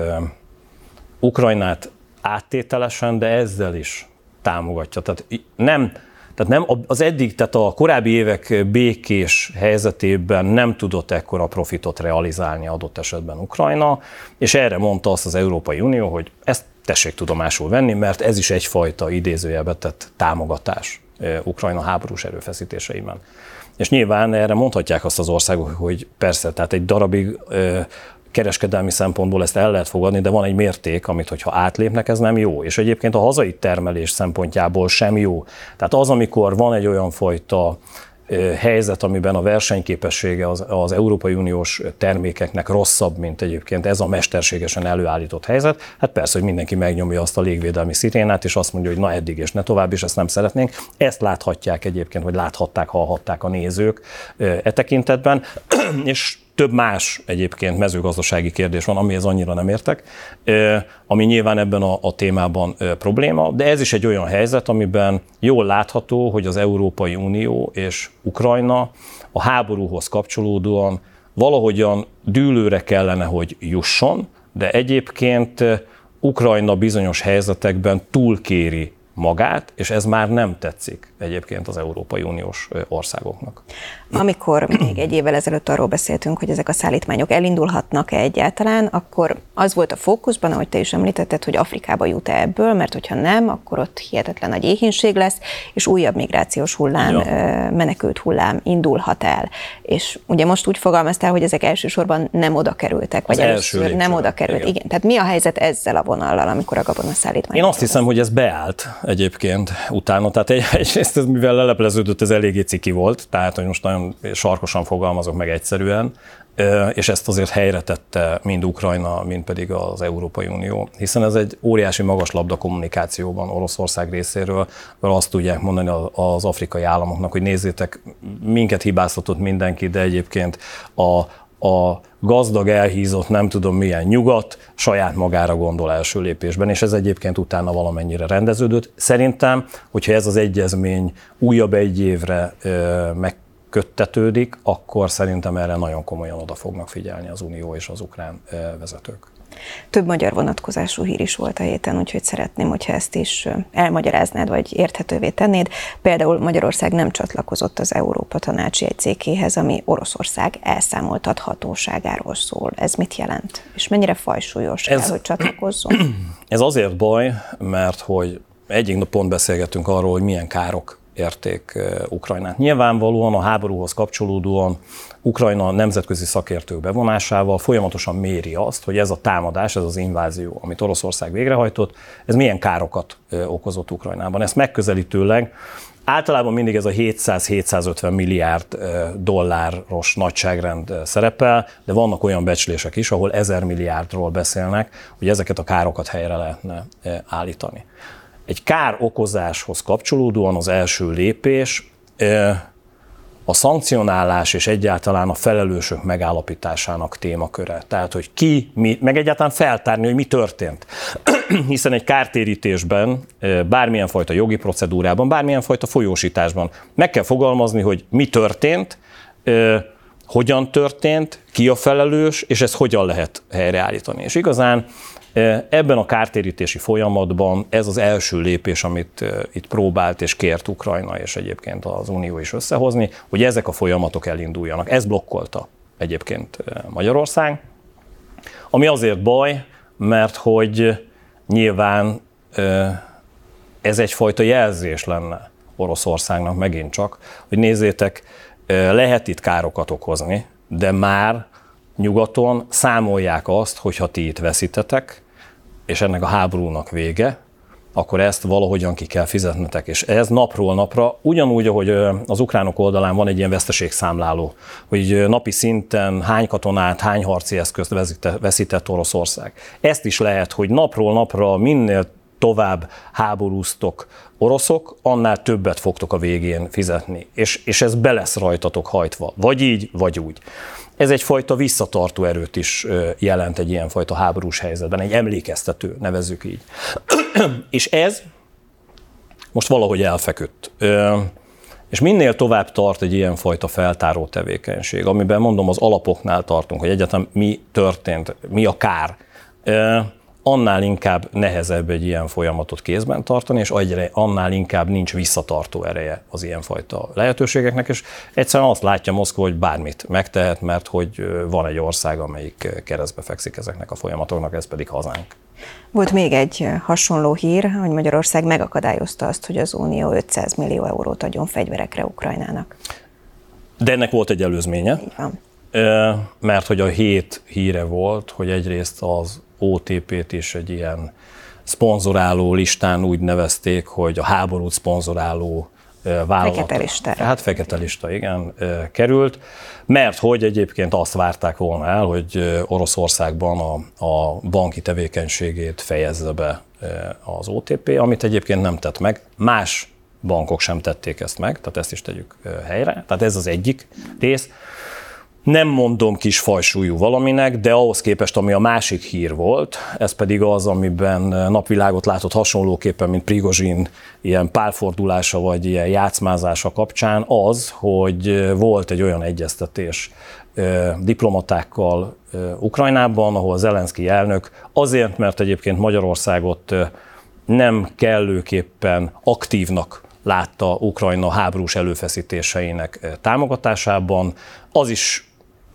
Ukrajnát áttételesen, de ezzel is támogatja. Tehát nem Tehát nem, az eddig, tehát a korábbi évek békés helyzetében nem tudott ekkora profitot realizálni adott esetben Ukrajna, és erre mondta azt az Európai Unió, hogy ezt tessék tudomásul venni, mert ez is egyfajta idézőjelbe tett támogatás Ukrajna háborús erőfeszítéseiben. És nyilván erre mondhatják azt az országok, hogy persze, tehát egy darabig kereskedelmi szempontból ezt el lehet fogadni, de van egy mérték, amit hogyha átlépnek, ez nem jó. És egyébként a hazai termelés szempontjából sem jó. Tehát az, amikor van egy olyan fajta helyzet, amiben a versenyképessége az, az Európai Uniós termékeknek rosszabb, mint egyébként ez a mesterségesen előállított helyzet, hát persze, hogy mindenki megnyomja azt a légvédelmi szirénát, és azt mondja, hogy na eddig és ne tovább, és ezt nem szeretnénk. Ezt láthatják egyébként, vagy láthatták, hallhatták a nézők e tekintetben, és több más egyébként mezőgazdasági kérdés van, amihez annyira nem értek, ami nyilván ebben a, a témában probléma, de ez is egy olyan helyzet, amiben jól látható, hogy az Európai Unió és Ukrajna a háborúhoz kapcsolódóan valahogyan dűlőre kellene, hogy jusson, de egyébként Ukrajna bizonyos helyzetekben túlkéri magát, és ez már nem tetszik egyébként az Európai Uniós országoknak. Amikor még egy évvel ezelőtt arról beszéltünk, hogy ezek a szállítmányok elindulhatnak-e egyáltalán, akkor az volt a fókuszban, ahogy te is említetted, hogy Afrikába jut-e ebből, mert hogyha nem, akkor ott hihetetlen nagy éhínség lesz, és újabb migrációs hullám, ja. menekült hullám indulhat el. És ugye most úgy fogalmaztál, hogy ezek elsősorban nem oda kerültek, vagy az először nem oda került. Igen. Igen. Tehát mi a helyzet ezzel a vonallal, amikor a gabona szállítmány? Én azt hiszem, hogy ez beállt egyébként utána, tehát egy, egyrészt ez, mivel lelepleződött, ez eléggé ciki volt, tehát hogy most nagyon sarkosan fogalmazok meg egyszerűen, és ezt azért helyre tette mind Ukrajna, mind pedig az Európai Unió, hiszen ez egy óriási magaslabda kommunikációban Oroszország részéről, mert azt tudják mondani az afrikai államoknak, hogy nézzétek, minket hibáztatott mindenki, de egyébként a a gazdag, elhízott, nem tudom milyen nyugat saját magára gondol első lépésben, és ez egyébként utána valamennyire rendeződött. Szerintem, hogyha ez az egyezmény újabb egy évre ö, megköttetődik, akkor szerintem erre nagyon komolyan oda fognak figyelni az Unió és az ukrán ö, vezetők. Több magyar vonatkozású hír is volt a héten, úgyhogy szeretném, hogyha ezt is elmagyaráznád, vagy érthetővé tennéd. Például Magyarország nem csatlakozott az Európa Tanács jegyzékéhez, ami Oroszország elszámoltathatóságáról szól. Ez mit jelent? És mennyire fajsúlyos ez, kell, hogy csatlakozzon? Ez azért baj, mert hogy egyik nap pont beszélgettünk arról, hogy milyen károk érték Ukrajnát. Nyilvánvalóan a háborúhoz kapcsolódóan Ukrajna nemzetközi szakértők bevonásával folyamatosan méri azt, hogy ez a támadás, ez az invázió, amit Oroszország végrehajtott, ez milyen károkat okozott Ukrajnában. Ezt megközelítőleg általában mindig ez a hétszáz-hétszázötven milliárd dolláros nagyságrend szerepel, de vannak olyan becslések is, ahol ezer milliárdról beszélnek, hogy ezeket a károkat helyre lehetne állítani. Egy kár okozáshoz kapcsolódóan az első lépés a szankcionálás és egyáltalán a felelősök megállapításának témaköre. Tehát, hogy ki, mi, meg egyáltalán feltárni, hogy mi történt. Hiszen egy kártérítésben, bármilyen fajta jogi procedúrában, bármilyen fajta folyósításban meg kell fogalmazni, hogy mi történt, hogyan történt, ki a felelős, és ezt hogyan lehet helyreállítani. És igazán ebben a kártérítési folyamatban ez az első lépés, amit itt próbált és kért Ukrajna, és egyébként az Unió is összehozni, hogy ezek a folyamatok elinduljanak. Ez blokkolta egyébként Magyarország, ami azért baj, mert hogy nyilván ez egyfajta jelzés lenne Oroszországnak megint csak, hogy nézzétek, lehet itt károkat okozni, de már nyugaton számolják azt, hogy ha ti itt veszítetek, és ennek a háborúnak vége, akkor ezt valahogyan ki kell fizetnetek. És ez napról napra, ugyanúgy, ahogy az ukránok oldalán van egy ilyen veszteségszámláló, hogy napi szinten hány katonát, hány harci eszközt veszített Oroszország. Ezt is lehet, hogy napról napra minél tovább háborúztok oroszok, annál többet fogtok a végén fizetni. És, és ez be lesz rajtatok hajtva. Vagy így, vagy úgy. Ez egyfajta visszatartó erőt is jelent egy ilyenfajta háborús helyzetben, egy emlékeztető, nevezzük így. És ez most valahogy elfeküdt. És minél tovább tart egy ilyenfajta feltáró tevékenység, amiben mondom, az alapoknál tartunk, hogy egyáltalán mi történt, mi a kár, annál inkább nehezebb egy ilyen folyamatot kézben tartani, és annál inkább nincs visszatartó ereje az ilyenfajta lehetőségeknek, és egyszerűen azt látja Moszkva, hogy bármit megtehet, mert hogy van egy ország, amelyik keresztbe fekszik ezeknek a folyamatoknak, ez pedig hazánk. Volt még egy hasonló hír, hogy Magyarország megakadályozta azt, hogy az Unió ötszáz millió eurót adjon fegyverekre Ukrajnának. De ennek volt egy előzménye, mert hogy a hét híre volt, hogy egyrészt az o té pét is egy ilyen szponzoráló listán úgy nevezték, hogy a háborút szponzoráló vállalat. Fekete listára. Hát fekete lista, igen, került, mert hogy egyébként azt várták volna el, hogy Oroszországban a, a banki tevékenységét fejezze be az o té pé, amit egyébként nem tett meg. Más bankok sem tették ezt meg, tehát ezt is tegyük helyre. Tehát ez az egyik rész. Nem mondom kis fajsúlyú valaminek, de ahhoz képest, ami a másik hír volt, ez pedig az, amiben napvilágot látott hasonlóképpen, mint Prigozsin ilyen pálfordulása vagy ilyen játszmázása kapcsán, az, hogy volt egy olyan egyeztetés diplomatákkal Ukrajnában, ahol Zelenszkij elnök azért, mert egyébként Magyarországot nem kellőképpen aktívnak látta Ukrajna háborús előfeszítéseinek támogatásában, az is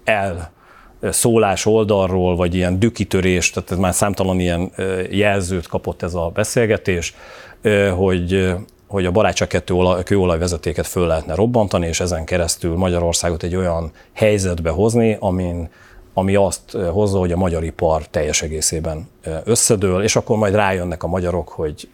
elszólás oldalról, vagy ilyen dükkitörés, tehát ez már számtalan ilyen jelzőt kapott ez a beszélgetés, hogy, hogy a Barátság kettő kőolajvezetéket föl lehetne robbantani, és ezen keresztül Magyarországot egy olyan helyzetbe hozni, amin, ami azt hozza, hogy a magyar ipar teljes egészében összedől, és akkor majd rájönnek a magyarok, hogy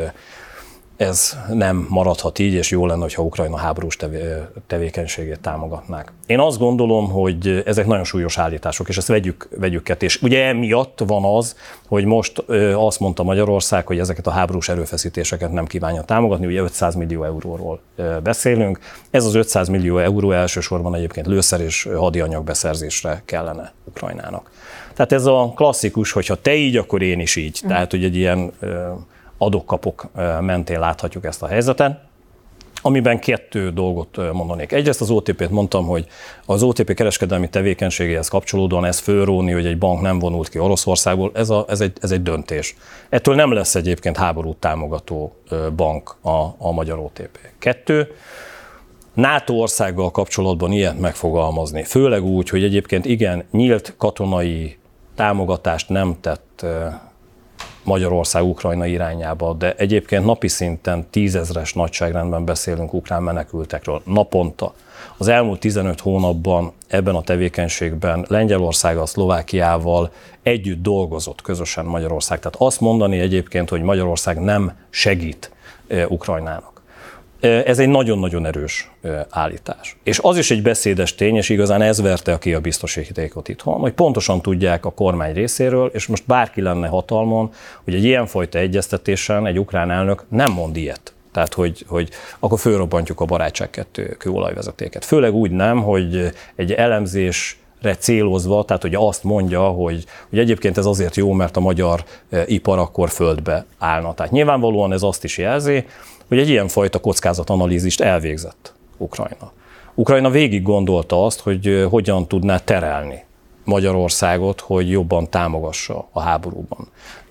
ez nem maradhat így, és jó lenne, hogyha Ukrajna háborús tevé, tevékenységét támogatnák. Én azt gondolom, hogy ezek nagyon súlyos állítások, és ezt vegyük, vegyük ketté. És ugye emiatt van az, hogy most azt mondta Magyarország, hogy ezeket a háborús erőfeszítéseket nem kívánja támogatni, ugye ötszáz millió euróról beszélünk. Ez az ötszáz millió euró elsősorban egyébként lőszer és hadianyag beszerzésre kellene Ukrajnának. Tehát ez a klasszikus, hogyha te így, akkor én is így. Mm. Tehát, hogy egy ilyen adok-kapok mentén láthatjuk ezt a helyzetet, amiben kettő dolgot mondanék. Egyrészt az o té pét mondtam, hogy az o té pé kereskedelmi tevékenységéhez kapcsolódóan ez fölróni, hogy egy bank nem vonult ki Oroszországból, ez, a, ez, egy, ez egy döntés. Ettől nem lesz egyébként háborút támogató bank a, a magyar o té pé. Kettő, NATO országgal kapcsolatban ilyet megfogalmazni, főleg úgy, hogy egyébként igen, nyílt katonai támogatást nem tett Magyarország Ukrajna irányába, de egyébként napi szinten tízezres nagyságrendben beszélünk ukrán menekültekről, naponta. Az elmúlt tizenöt hónapban ebben a tevékenységben Lengyelországgal, Szlovákiával együtt dolgozott közösen Magyarország. Tehát azt mondani egyébként, hogy Magyarország nem segít Ukrajnának. Ez egy nagyon-nagyon erős állítás. És az is egy beszédes tény, és igazán ez verte ki a biztosítékot itthon, hogy pontosan tudják a kormány részéről, és most bárki lenne hatalmon, hogy egy ilyenfajta egyeztetésen egy ukrán elnök nem mond ilyet. Tehát, hogy, hogy akkor fölrobbantjuk a Barátság kettő kőolajvezetéket. Főleg úgy nem, hogy egy elemzés célozva, tehát hogy azt mondja, hogy, hogy egyébként ez azért jó, mert a magyar ipar akkor földbe állna. Tehát nyilvánvalóan ez azt is jelzi, hogy egy ilyenfajta kockázatanalízist elvégzett Ukrajna. Ukrajna végig gondolta azt, hogy hogyan tudná terelni Magyarországot, hogy jobban támogassa a háborúban.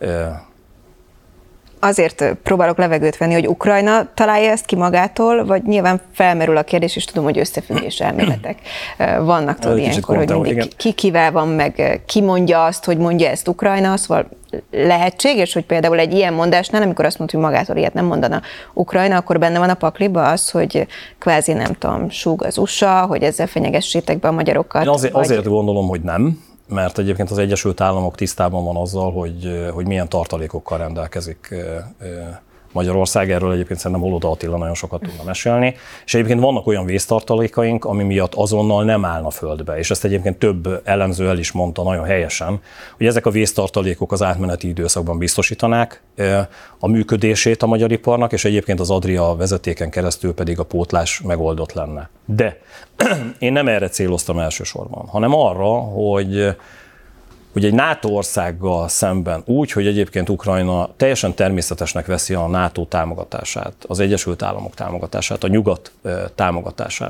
Azért próbálok levegőt venni, hogy Ukrajna találja ezt ki magától, vagy nyilván felmerül a kérdés, és tudom, hogy összefüggés elméletek vannak tudod ilyenkor, hogy mindig ki kivel van, meg ki mondja azt, hogy mondja ezt Ukrajna, szóval lehetséges, hogy például egy ilyen mondásnál, amikor azt mondja, hogy magától ilyet nem mondana Ukrajna, akkor benne van a pakliba az, hogy kvázi nem tudom, súg az u es á, hogy ezzel fenyegessétek be a magyarokat. Én azért, vagy... azért gondolom, hogy nem, mert egyébként az Egyesült Államok tisztában van azzal, hogy, hogy milyen tartalékokkal rendelkezik Magyarország. Erről egyébként szerintem Holoda Attila nagyon sokat tudna mesélni. És egyébként vannak olyan vésztartalékaink, ami miatt azonnal nem állna földbe. És ezt egyébként több elemző el is mondta nagyon helyesen, hogy ezek a vésztartalékok az átmeneti időszakban biztosítanák a működését a magyar iparnak, és egyébként az Adria vezetéken keresztül pedig a pótlás megoldott lenne. De én nem erre céloztam elsősorban, hanem arra, hogy hogy egy NATO országgal szemben úgy, hogy egyébként Ukrajna teljesen természetesnek veszi a NATO támogatását, az Egyesült Államok támogatását, a nyugat támogatását.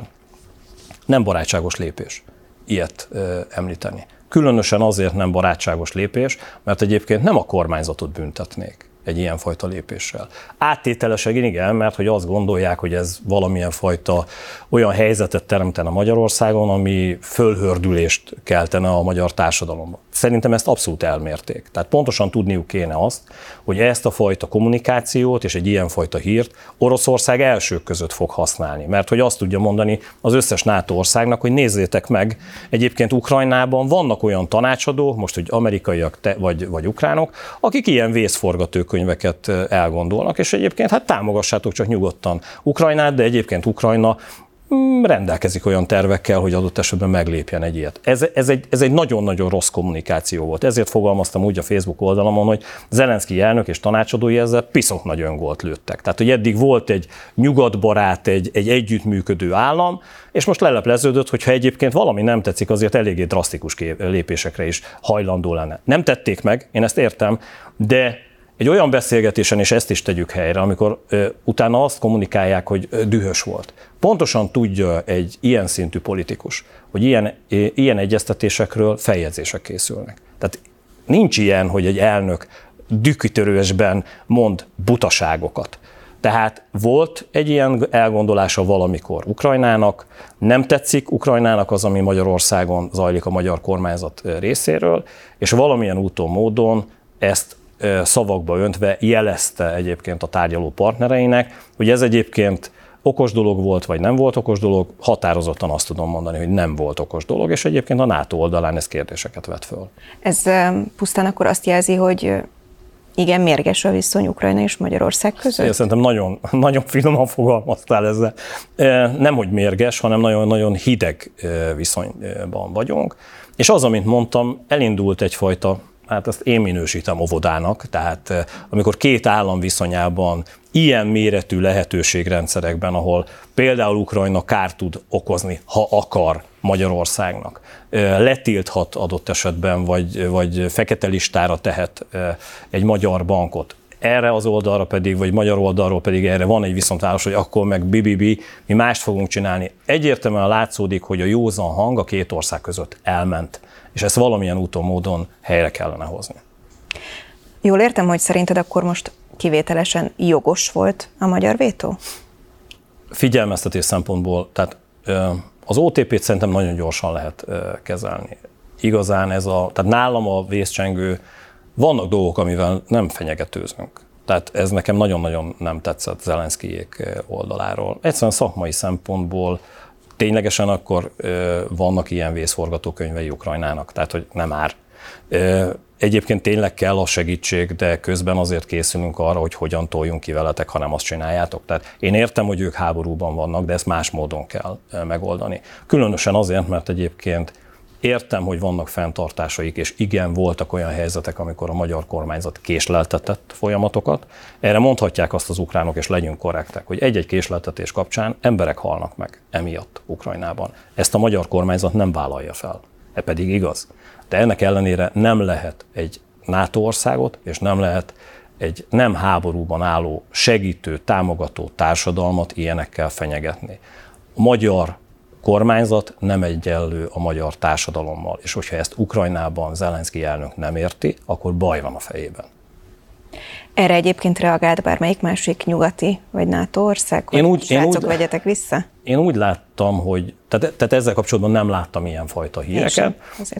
Nem barátságos lépés ilyet említeni. Különösen azért nem barátságos lépés, mert egyébként nem a kormányzatot büntetnék egy ilyenfajta lépéssel. Áttételesen igen, mert hogy azt gondolják, hogy ez valamilyen fajta olyan helyzetet teremtene Magyarországon, ami fölhördülést keltene a magyar társadalomban. Szerintem ezt abszolút elmérték. Tehát pontosan tudniuk kéne azt, hogy ezt a fajta kommunikációt és egy ilyenfajta hírt Oroszország elsők között fog használni. Mert hogy azt tudja mondani az összes NATO országnak, hogy nézzétek meg, egyébként Ukrajnában vannak olyan tanácsadók, most hogy amerikaiak te, vagy, vagy ukránok, akik ilyen vészforgatókönyveket elgondolnak, és egyébként hát támogassátok csak nyugodtan Ukrajnát, de egyébként Ukrajna rendelkezik olyan tervekkel, hogy adott esetben meglépjen egy ilyet. Ez, ez, egy, ez egy nagyon-nagyon rossz kommunikáció volt. Ezért fogalmaztam úgy a Facebook oldalamon, hogy Zelenszkij elnök és tanácsadói ezzel piszok nagy öngolt lőttek. Tehát, hogy eddig volt egy nyugatbarát, egy, egy együttműködő állam, és most lelepleződött, hogyha egyébként valami nem tetszik, azért eléggé drasztikus lépésekre is hajlandó lenne. Nem tették meg, én ezt értem, de egy olyan beszélgetésen, és ezt is tegyük helyre, amikor ö, utána azt kommunikálják, hogy ö, dühös volt. Pontosan tudja egy ilyen szintű politikus, hogy ilyen, ö, ilyen egyeztetésekről feljegyzések készülnek. Tehát nincs ilyen, hogy egy elnök dühkitörősben mond butaságokat. Tehát volt egy ilyen elgondolása valamikor Ukrajnának, nem tetszik Ukrajnának az, ami Magyarországon zajlik a magyar kormányzat részéről, és valamilyen úton, módon ezt szavakba öntve jelezte egyébként a tárgyaló partnereinek, hogy ez egyébként okos dolog volt, vagy nem volt okos dolog, határozottan azt tudom mondani, hogy nem volt okos dolog, és egyébként a NATO oldalán ez kérdéseket vet föl. Ez pusztán akkor azt jelzi, hogy igen, mérges a viszony Ukrajna és Magyarország között? Én szerintem nagyon, nagyon finoman fogalmaztál ezzel. Nem, hogy mérges, hanem nagyon-nagyon hideg viszonyban vagyunk, és az, amit mondtam, elindult egyfajta, hát ezt én minősítem óvodának, tehát amikor két állam viszonyában ilyen méretű lehetőségrendszerekben, ahol például Ukrajna kárt tud okozni, ha akar Magyarországnak, letilthat adott esetben, vagy, vagy fekete listára tehet egy magyar bankot, erre az oldalra pedig, vagy magyar oldalról pedig erre van egy viszontállás, hogy akkor meg bibibi, mi mást fogunk csinálni. Egyértelműen látszódik, hogy a józan hang a két ország között elment, és ezt valamilyen úton, módon helyre kellene hozni. Jól értem, hogy szerinted akkor most kivételesen jogos volt a magyar vétó? Figyelmeztetés szempontból, tehát az o té pét szerintem nagyon gyorsan lehet kezelni. Igazán ez a, tehát nálam a vészcsengő, vannak dolgok, amivel nem fenyegetőzünk. Tehát ez nekem nagyon-nagyon nem tetszett Zelenszkijék oldaláról. Egyszerűen szakmai szempontból ténylegesen akkor ö, vannak ilyen vészforgatókönyvei Ukrajnának, tehát hogy nem ár. Ö, egyébként tényleg kell a segítség, de közben azért készülünk arra, hogy hogyan toljunk ki veletek, ha nem azt csináljátok. Tehát én értem, hogy ők háborúban vannak, de ezt más módon kell megoldani. Különösen azért, mert egyébként értem, hogy vannak fenntartásaik, és igen, voltak olyan helyzetek, amikor a magyar kormányzat késleltetett folyamatokat. Erre mondhatják azt az ukránok, és legyünk korrektek, hogy egy-egy késleltetés kapcsán emberek halnak meg emiatt Ukrajnában. Ezt a magyar kormányzat nem vállalja fel. Ez pedig igaz. De ennek ellenére nem lehet egy NATO országot, és nem lehet egy nem háborúban álló, segítő, támogató társadalmat ilyenekkel fenyegetni. A magyar kormányzat nem egyenlő a magyar társadalommal, és hogyha ezt Ukrajnában Zelenszky elnök nem érti, akkor baj van a fejében. Erre egyébként reagált bármelyik másik nyugati vagy NATO ország, hogy én úgy, srácok, én úgy, vegyetek vissza? Én úgy láttam, hogy, tehát, tehát ezzel kapcsolatban nem láttam ilyenfajta híreket,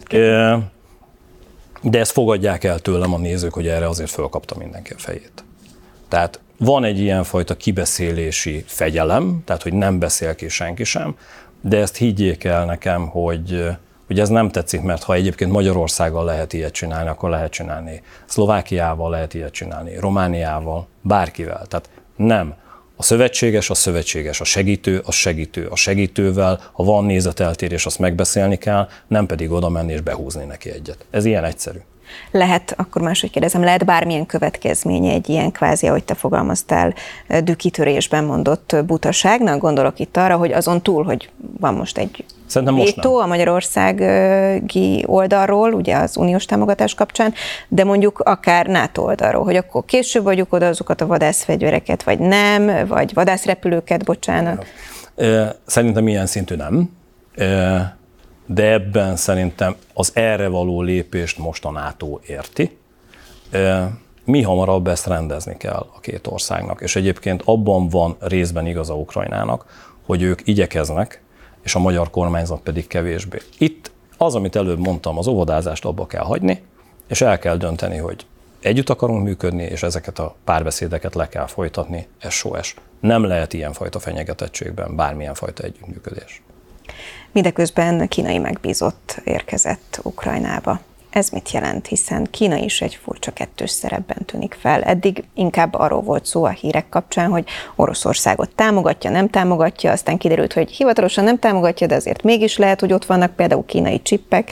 de ezt fogadják el tőlem a nézők, hogy erre azért fölkapta mindenki a fejét. Tehát van egy ilyenfajta kibeszélési fegyelem, tehát hogy nem beszél ki senki sem, de ezt higgyék el nekem, hogy, hogy ez nem tetszik, mert ha egyébként Magyarországgal lehet ilyet csinálni, akkor lehet csinálni. Szlovákiával lehet ilyet csinálni, Romániával, bárkivel. Tehát nem. A szövetséges, a szövetséges, a segítő, a segítő, a segítővel, ha van nézeteltérés, azt megbeszélni kell, nem pedig oda menni és behúzni neki egyet. Ez ilyen egyszerű. Lehet, akkor máshogy kérdezem, lehet bármilyen következménye egy ilyen kvázi, ahogy te fogalmaztál, dühkitörésben mondott butaságnak? Gondolok itt arra, hogy azon túl, hogy van most egy vétó a magyarországi oldalról, ugye az uniós támogatás kapcsán, de mondjuk akár NATO oldalról, hogy akkor később vagyunk oda azokat a vadászfegyvereket, vagy nem, vagy vadászrepülőket, bocsánat. Szerintem ilyen szintű nem. De ebben szerintem az erre való lépést most a NATO érti. Mi hamarabb ezt rendezni kell a két országnak, és egyébként abban van részben igaza Ukrajnának, hogy ők igyekeznek, és a magyar kormányzat pedig kevésbé. Itt az, amit előbb mondtam, az óvodázást abba kell hagyni, és el kell dönteni, hogy együtt akarunk működni, és ezeket a párbeszédeket le kell folytatni, es o es. Nem lehet ilyenfajta fenyegetettségben bármilyen fajta együttműködés. Mindeközben kínai megbízott érkezett Ukrajnába. Ez mit jelent, hiszen Kína is egy furcsa kettős szerepben tűnik fel. Eddig inkább arról volt szó a hírek kapcsán, hogy Oroszországot támogatja, nem támogatja, aztán kiderült, hogy hivatalosan nem támogatja, de azért mégis lehet, hogy ott vannak például kínai csippek.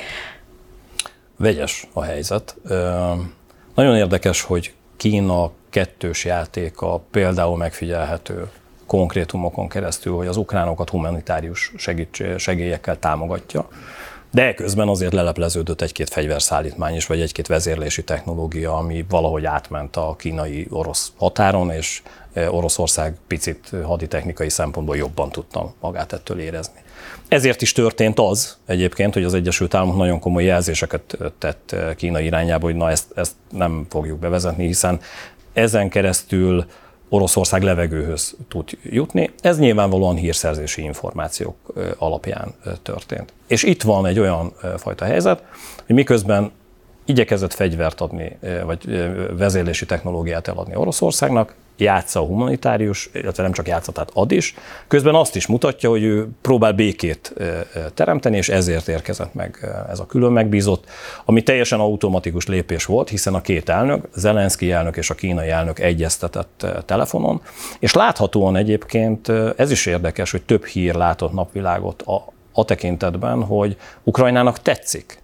Vegyes a helyzet. Nagyon érdekes, hogy Kína kettős játéka például megfigyelhető konkrétumokon keresztül, hogy az ukránokat humanitárius segélyekkel támogatja, de közben azért lelepleződött egy-két fegyverszállítmány is, vagy egy-két vezérlési technológia, ami valahogy átment a kínai-orosz határon, és Oroszország picit haditechnikai szempontból jobban tudta magát ettől érezni. Ezért is történt az egyébként, hogy az Egyesült Államok nagyon komoly jelzéseket tett Kína irányába, hogy na ezt, ezt nem fogjuk bevezetni, hiszen ezen keresztül Oroszország levegőhöz tud jutni. Ez nyilvánvalóan hírszerzési információk alapján történt. És itt van egy olyan fajta helyzet, hogy miközben igyekezett fegyvert adni, vagy vezérlési technológiát eladni Oroszországnak, játsza a humanitárius, illetve nem csak játsza, tehát ad is, közben azt is mutatja, hogy ő próbál békét teremteni, és ezért érkezett meg ez a külön megbízott, ami teljesen automatikus lépés volt, hiszen a két elnök, Zelenszky elnök és a kínai elnök egyeztetett telefonon, és láthatóan egyébként ez is érdekes, hogy több hír látott napvilágot a, a tekintetben, hogy Ukrajnának tetszik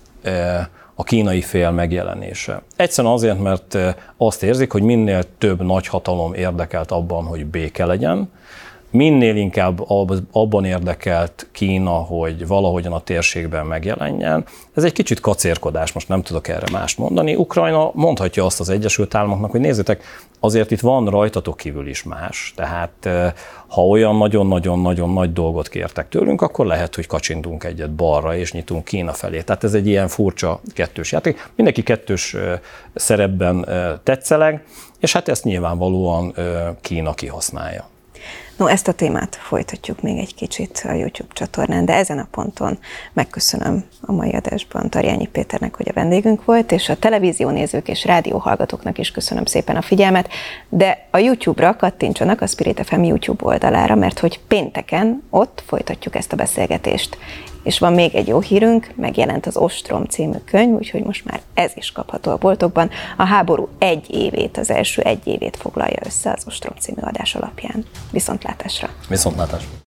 a kínai fél megjelenése. Egyszerűen azért, mert azt érzik, hogy minél több nagyhatalom érdekelt abban, hogy béke legyen, minél inkább abban érdekelt Kína, hogy valahogyan a térségben megjelenjen. Ez egy kicsit kacérkodás, most nem tudok erre mást mondani. Ukrajna mondhatja azt az Egyesült Államoknak, hogy nézzétek, azért itt van rajtatok kívül is más, tehát ha olyan nagyon-nagyon-nagyon nagy dolgot kértek tőlünk, akkor lehet, hogy kacsintunk egyet balra, és nyitunk Kína felé. Tehát ez egy ilyen furcsa kettős játék. Mindenki kettős szerepben tetszeleg, és hát ezt nyilvánvalóan Kína kihasználja. No, ezt a témát folytatjuk még egy kicsit a YouTube csatornán, de ezen a ponton megköszönöm a mai adásban Tarjányi Péternek, hogy a vendégünk volt, és a televíziónézők és rádióhallgatóknak is köszönöm szépen a figyelmet, de a YouTube-ra kattintsanak a Spirit ef em YouTube oldalára, mert hogy pénteken ott folytatjuk ezt a beszélgetést. És van még egy jó hírünk, megjelent az Ostrom című könyv, úgyhogy most már ez is kapható a boltokban. A háború egy évét, az első egy évét foglalja össze az Ostrom című adás alapján. Viszontlátásra! Viszontlátásra!